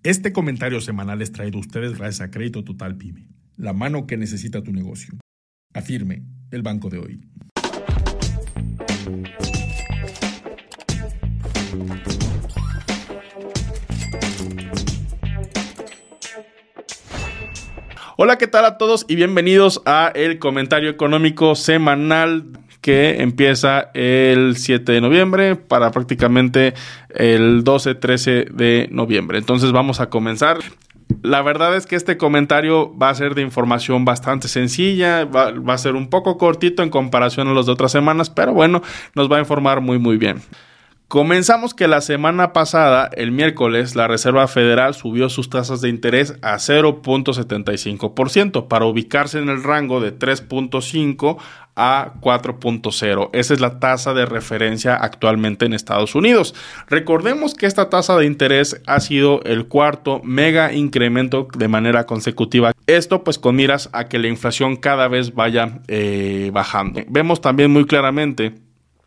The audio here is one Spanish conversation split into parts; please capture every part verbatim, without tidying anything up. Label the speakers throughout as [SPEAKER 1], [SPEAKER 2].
[SPEAKER 1] Este comentario semanal es traído a ustedes gracias a Crédito Total Pyme, la mano que necesita tu negocio. Afirme, el banco de hoy. Hola, ¿qué tal a todos? Y bienvenidos a el comentario económico semanal que empieza el siete de noviembre para prácticamente el doce trece de noviembre. Entonces vamos a comenzar. La verdad es que este comentario va a ser de información bastante sencilla, va, va a ser un poco cortito en comparación a los de otras semanas, pero bueno, nos va a informar muy muy bien. Comenzamos que la semana pasada, el miércoles, la Reserva Federal subió sus tasas de interés a cero punto setenta y cinco por ciento para ubicarse en el rango de tres punto cinco a cuatro punto cero. Esa es la tasa de referencia actualmente en Estados Unidos. Recordemos que esta tasa de interés ha sido el cuarto mega incremento de manera consecutiva. Esto pues con miras a que la inflación cada vez vaya eh, bajando. Vemos también muy claramente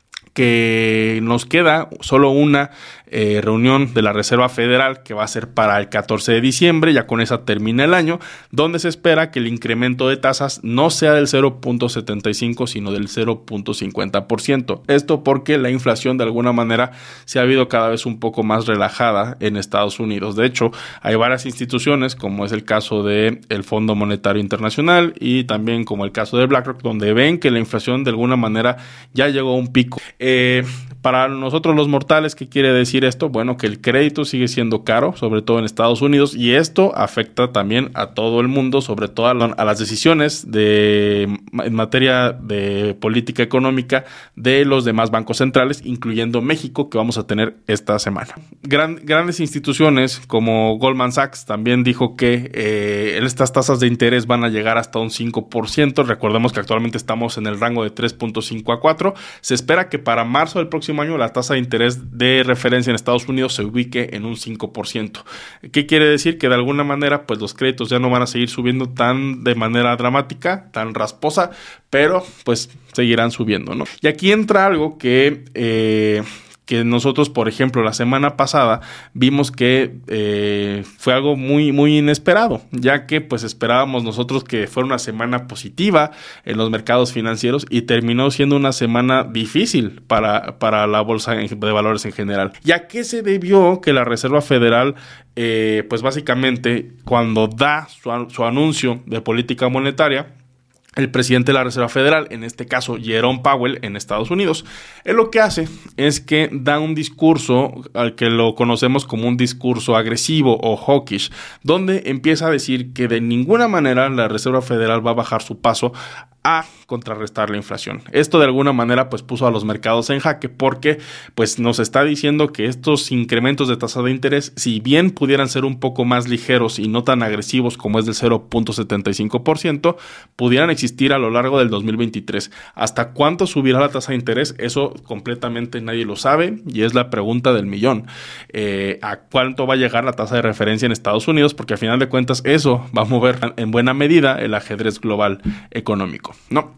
[SPEAKER 1] que nos queda solo una eh, reunión de la Reserva Federal que va a ser para el catorce de diciembre, ya con esa termina el año, donde se espera que el incremento de tasas no sea del cero punto setenta y cinco, sino del cero punto cincuenta por ciento. Esto porque la inflación de alguna manera se ha habido cada vez un poco más relajada en Estados Unidos. De hecho, hay varias instituciones, como es el caso del Fondo Monetario Internacional y también como el caso de BlackRock, donde ven que la inflación de alguna manera ya llegó a un pico. Eh, para nosotros los mortales, ¿qué quiere decir esto? Bueno, que el crédito sigue siendo caro, sobre todo en Estados Unidos, y esto afecta también a todo el mundo, sobre todo a, la, a las decisiones de, en materia de política económica de los demás bancos centrales, incluyendo México, que vamos a tener esta semana. Gran, grandes instituciones como Goldman Sachs también dijo que eh, estas tasas de interés van a llegar hasta un cinco por ciento. Recordemos que actualmente estamos en el rango de tres punto cinco a cuatro. Se espera que para marzo del próximo año la tasa de interés de referencia en Estados Unidos se ubique en un cinco por ciento. ¿Qué quiere decir? Que de alguna manera pues los créditos ya no van a seguir subiendo tan de manera dramática, tan rasposa, pero pues seguirán subiendo, ¿no? Y aquí entra algo que eh, que nosotros, por ejemplo, la semana pasada vimos que eh, fue algo muy, muy inesperado, ya que pues esperábamos nosotros que fuera una semana positiva en los mercados financieros y terminó siendo una semana difícil para, para la bolsa de valores en general. ¿Y a qué se debió que la Reserva Federal, eh, pues básicamente cuando da su, su anuncio de política monetaria, el presidente de la Reserva Federal, en este caso Jerome Powell en Estados Unidos, él lo que hace es que da un discurso al que lo conocemos como un discurso agresivo o hawkish, donde empieza a decir que de ninguna manera la Reserva Federal va a bajar su paso a contrarrestar la inflación. Esto de alguna manera pues puso a los mercados en jaque porque pues nos está diciendo que estos incrementos de tasa de interés, si bien pudieran ser un poco más ligeros y no tan agresivos como es del cero punto setenta y cinco por ciento, pudieran existir a lo largo del dos mil veintitrés. ¿Hasta cuánto subirá la tasa de interés? Eso completamente nadie lo sabe y es la pregunta del millón. Eh, ¿A cuánto va a llegar la tasa de referencia en Estados Unidos? Porque a final de cuentas eso va a mover en buena medida el ajedrez global económico, ¿no?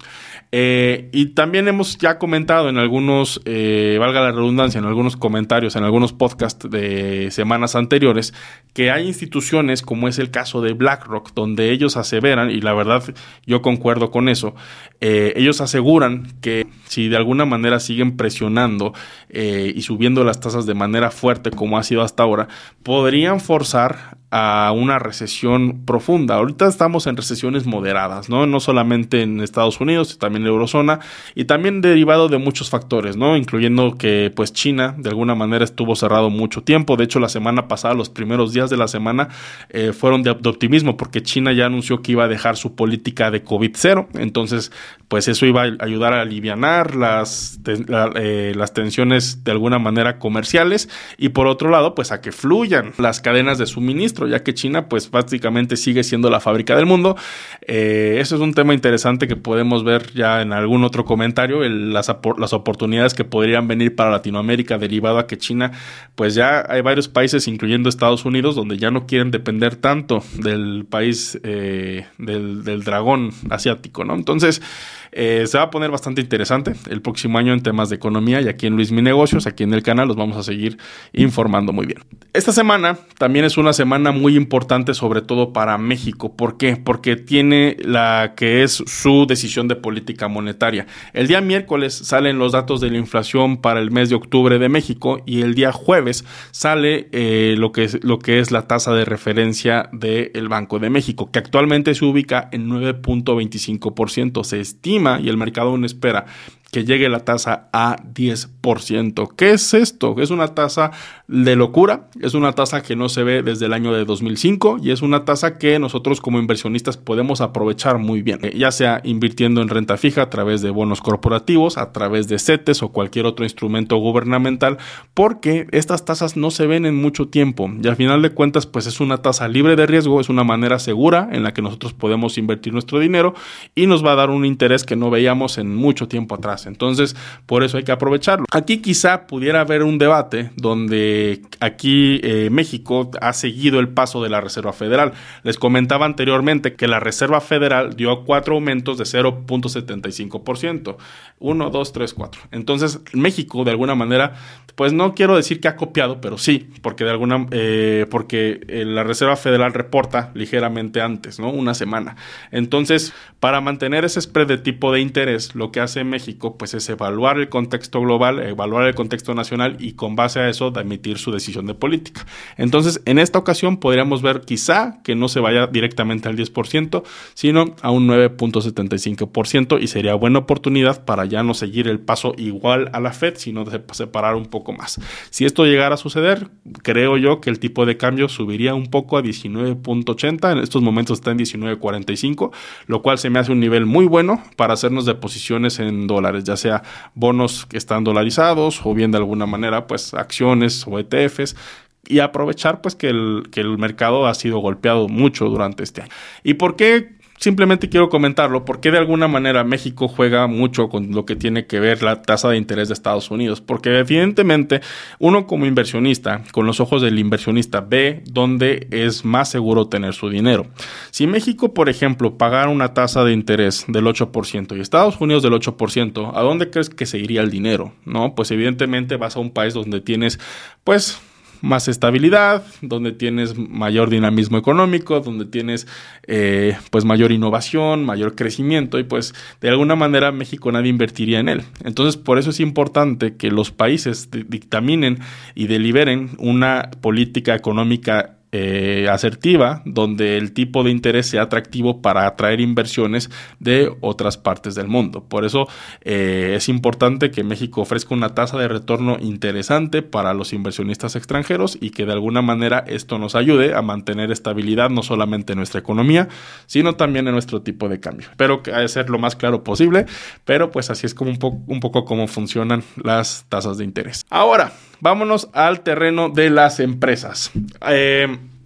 [SPEAKER 1] Eh, y también hemos ya comentado en algunos, eh, valga la redundancia, en algunos comentarios, en algunos podcasts de semanas anteriores, que hay instituciones como es el caso de BlackRock, donde ellos aseveran, y la verdad yo concuerdo con eso, eh, ellos aseguran que si de alguna manera siguen presionando eh, y subiendo las tasas de manera fuerte como ha sido hasta ahora, podrían forzar a una recesión profunda. Ahorita estamos en recesiones moderadas, ¿no? No solamente en Estados Unidos, también en la eurozona y también derivado de muchos factores, ¿no? Incluyendo que pues China de alguna manera estuvo cerrado mucho tiempo. De hecho, la semana pasada, los primeros días de la semana eh, fueron de, de optimismo porque China ya anunció que iba a dejar su política de COVID cero. Entonces, pues eso iba a ayudar a alivianar las, te, la, eh, las tensiones de alguna manera comerciales y por otro lado, pues a que fluyan las cadenas de suministro, ya que China pues básicamente sigue siendo la fábrica del mundo. Eh, eso es un tema interesante que podemos ver ya en algún otro comentario, el, las, las oportunidades que podrían venir para Latinoamérica derivado a que China, pues ya hay varios países, incluyendo Estados Unidos, donde ya no quieren depender tanto del país eh, del, del dragón asiático, ¿no? Entonces, Eh, se va a poner bastante interesante el próximo año en temas de economía y aquí en Luis Mi Negocios, aquí en el canal, los vamos a seguir informando muy bien. Esta semana también es una semana una muy importante, sobre todo para México. ¿Por qué? Porque tiene la que es su decisión de política monetaria. El día miércoles salen los datos de la inflación para el mes de octubre de México y el día jueves sale eh, lo que es, lo que es la tasa de referencia del Banco de México, que actualmente se ubica en nueve punto veinticinco por ciento. Se estima y el mercado aún espera que llegue la tasa a diez por ciento. ¿Qué es esto? Es una tasa de locura, es una tasa que no se ve desde el año de dos mil cinco y es una tasa que nosotros como inversionistas podemos aprovechar muy bien, ya sea invirtiendo en renta fija a través de bonos corporativos, a través de CETES o cualquier otro instrumento gubernamental, porque estas tasas no se ven en mucho tiempo y al final de cuentas pues es una tasa libre de riesgo, es una manera segura en la que nosotros podemos invertir nuestro dinero y nos va a dar un interés que no veíamos en mucho tiempo atrás. Entonces, por eso hay que aprovecharlo. Aquí quizá pudiera haber un debate donde aquí eh, México ha seguido el paso de la Reserva Federal. Les comentaba anteriormente que la Reserva Federal dio cuatro aumentos de cero punto setenta y cinco por ciento. Uno, dos, tres, cuatro. Entonces, México, de alguna manera, pues no quiero decir que ha copiado, pero sí, porque de alguna, eh, porque eh, la Reserva Federal reporta ligeramente antes, ¿no? Una semana. Entonces, para mantener ese spread de tipo de interés, lo que hace México pues es evaluar el contexto global, evaluar el contexto nacional y con base a eso de emitir su decisión de política. Entonces, en esta ocasión podríamos ver quizá que no se vaya directamente al diez por ciento, sino a un nueve punto setenta y cinco por ciento y sería buena oportunidad para ya no seguir el paso igual a la Fed, sino de separar un poco más. Si esto llegara a suceder, creo yo que el tipo de cambio subiría un poco a diecinueve punto ochenta, en estos momentos está en diecinueve punto cuarenta y cinco, lo cual se me hace un nivel muy bueno para hacernos de posiciones en dólares, ya sea bonos que están dolarizados o bien de alguna manera pues acciones o E T Fs y aprovechar pues que el, que el mercado ha sido golpeado mucho durante este año. ¿Y por qué? Simplemente quiero comentarlo porque de alguna manera México juega mucho con lo que tiene que ver la tasa de interés de Estados Unidos, porque evidentemente uno como inversionista, con los ojos del inversionista, ve dónde es más seguro tener su dinero. Si México, por ejemplo, pagara una tasa de interés del ocho por ciento y Estados Unidos del ocho por ciento, ¿a dónde crees que se iría el dinero? ¿No? Pues evidentemente vas a un país donde tienes, pues, más estabilidad, donde tienes mayor dinamismo económico, donde tienes eh, pues mayor innovación, mayor crecimiento y pues de alguna manera México nadie invertiría en él. Entonces por eso es importante que los países dictaminen y deliberen una política económica Eh, asertiva, donde el tipo de interés sea atractivo para atraer inversiones de otras partes del mundo. Por eso eh, es importante que México ofrezca una tasa de retorno interesante para los inversionistas extranjeros y que de alguna manera esto nos ayude a mantener estabilidad no solamente en nuestra economía, sino también en nuestro tipo de cambio. Espero que haya ser lo más claro posible, pero pues así es como un, po- un poco cómo funcionan las tasas de interés. Ahora, vámonos al terreno de las empresas. Eh,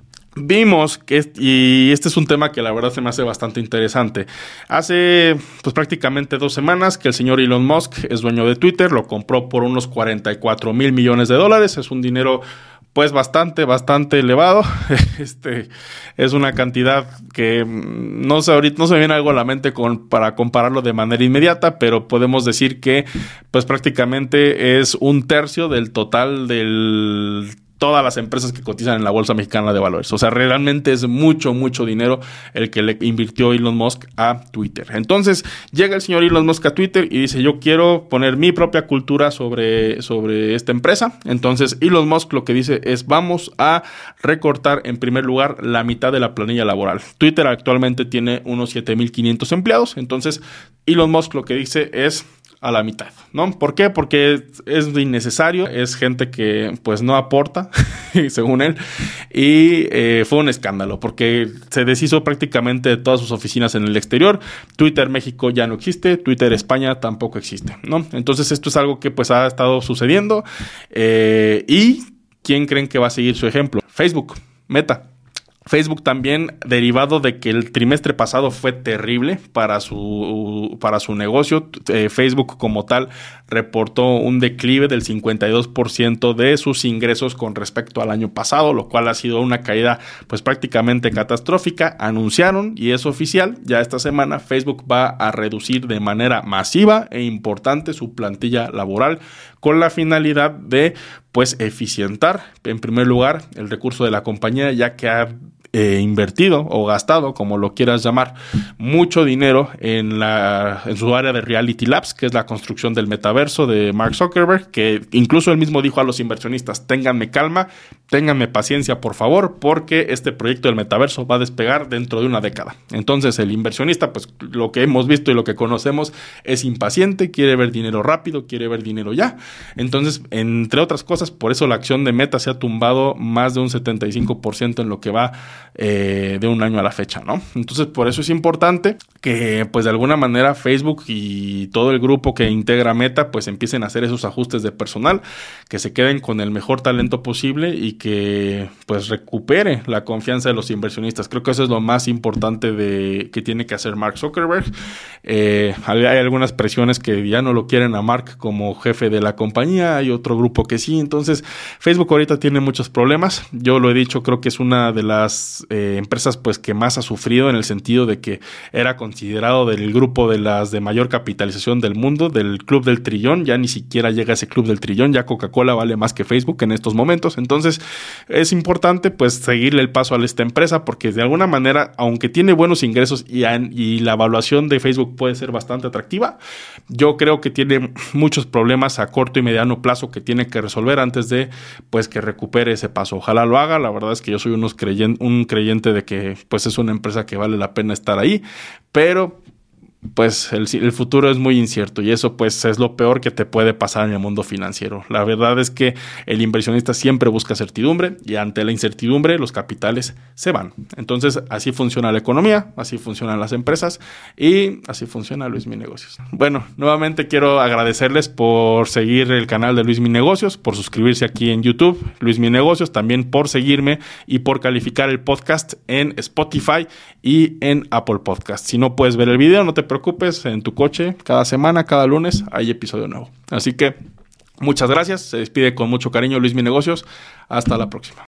[SPEAKER 1] Vimos que, y este es un tema que la verdad se me hace bastante interesante. Hace pues prácticamente dos semanas que el señor Elon Musk es dueño de Twitter, lo compró por unos cuarenta y cuatro mil millones de dólares. Es un dinero pues bastante, bastante elevado. Este es una cantidad que no sé, ahorita no se me viene algo a la mente con, para compararlo de manera inmediata, pero podemos decir que pues prácticamente es un tercio del total del todas las empresas que cotizan en la Bolsa Mexicana de Valores. O sea, realmente es mucho, mucho dinero el que le invirtió Elon Musk a Twitter. Entonces, llega el señor Elon Musk a Twitter y dice, yo quiero poner mi propia cultura sobre, sobre esta empresa. Entonces, Elon Musk lo que dice es, vamos a recortar en primer lugar la mitad de la planilla laboral. Twitter actualmente tiene unos siete mil quinientos empleados. Entonces, Elon Musk lo que dice es a la mitad, ¿no? ¿Por qué? Porque es innecesario, es gente que pues no aporta, según él, y eh, fue un escándalo, porque se deshizo prácticamente de todas sus oficinas en el exterior. Twitter México ya no existe, Twitter España tampoco existe, ¿no? Entonces esto es algo que pues ha estado sucediendo, eh, y ¿quién creen que va a seguir su ejemplo? Facebook, Meta. Facebook también, derivado de que el trimestre pasado fue terrible para su, para su negocio. Eh, Facebook como tal reportó un declive del cincuenta y dos por ciento de sus ingresos con respecto al año pasado, lo cual ha sido una caída pues prácticamente catastrófica. Anunciaron, y es oficial, ya esta semana Facebook va a reducir de manera masiva e importante su plantilla laboral con la finalidad de pues eficientar en primer lugar el recurso de la compañía, ya que ha Eh, invertido o gastado, como lo quieras llamar, mucho dinero en, la, en su área de Reality Labs, que es la construcción del metaverso de Mark Zuckerberg, que incluso él mismo dijo a los inversionistas: ténganme calma, ténganme paciencia por favor, porque este proyecto del metaverso va a despegar dentro de una década. Entonces el inversionista, pues lo que hemos visto y lo que conocemos, es impaciente, quiere ver dinero rápido, quiere ver dinero ya. Entonces, entre otras cosas, por eso la acción de Meta se ha tumbado más de un setenta y cinco por ciento en lo que va Eh, de un año a la fecha, ¿no? Entonces, por eso es importante que, pues, de alguna manera Facebook y todo el grupo que integra Meta, pues, empiecen a hacer esos ajustes de personal, que se queden con el mejor talento posible y que, pues, recupere la confianza de los inversionistas. Creo que eso es lo más importante de que tiene que hacer Mark Zuckerberg. Eh, hay algunas presiones que ya no lo quieren a Mark como jefe de la compañía, hay otro grupo que sí. Entonces, Facebook ahorita tiene muchos problemas. Yo lo he dicho, creo que es una de las Eh, empresas pues que más ha sufrido, en el sentido de que era considerado del grupo de las de mayor capitalización del mundo, del club del trillón. Ya ni siquiera llega a ese club del trillón, ya Coca-Cola vale más que Facebook en estos momentos. Entonces es importante pues seguirle el paso a esta empresa, porque de alguna manera, aunque tiene buenos ingresos y, y la evaluación de Facebook puede ser bastante atractiva, yo creo que tiene muchos problemas a corto y mediano plazo que tiene que resolver antes de pues que recupere ese paso. Ojalá lo haga. La verdad es que yo soy unos creyen- un creyente de que pues es una empresa que vale la pena estar ahí, pero pues el, el futuro es muy incierto y eso pues es lo peor que te puede pasar en el mundo financiero. La verdad es que el inversionista siempre busca certidumbre y ante la incertidumbre los capitales se van. Entonces así funciona la economía, así funcionan las empresas y así funciona Luis Mi Negocios. Bueno, nuevamente quiero agradecerles por seguir el canal de Luis Mi Negocios, por suscribirse aquí en YouTube, Luis Mi Negocios, también por seguirme y por calificar el podcast en Spotify y en Apple Podcast. Si no puedes ver el video, no te preocupes, en tu coche, cada semana, cada lunes, hay episodio nuevo. Así que muchas gracias, se despide con mucho cariño Luis Mi Negocios, hasta la próxima.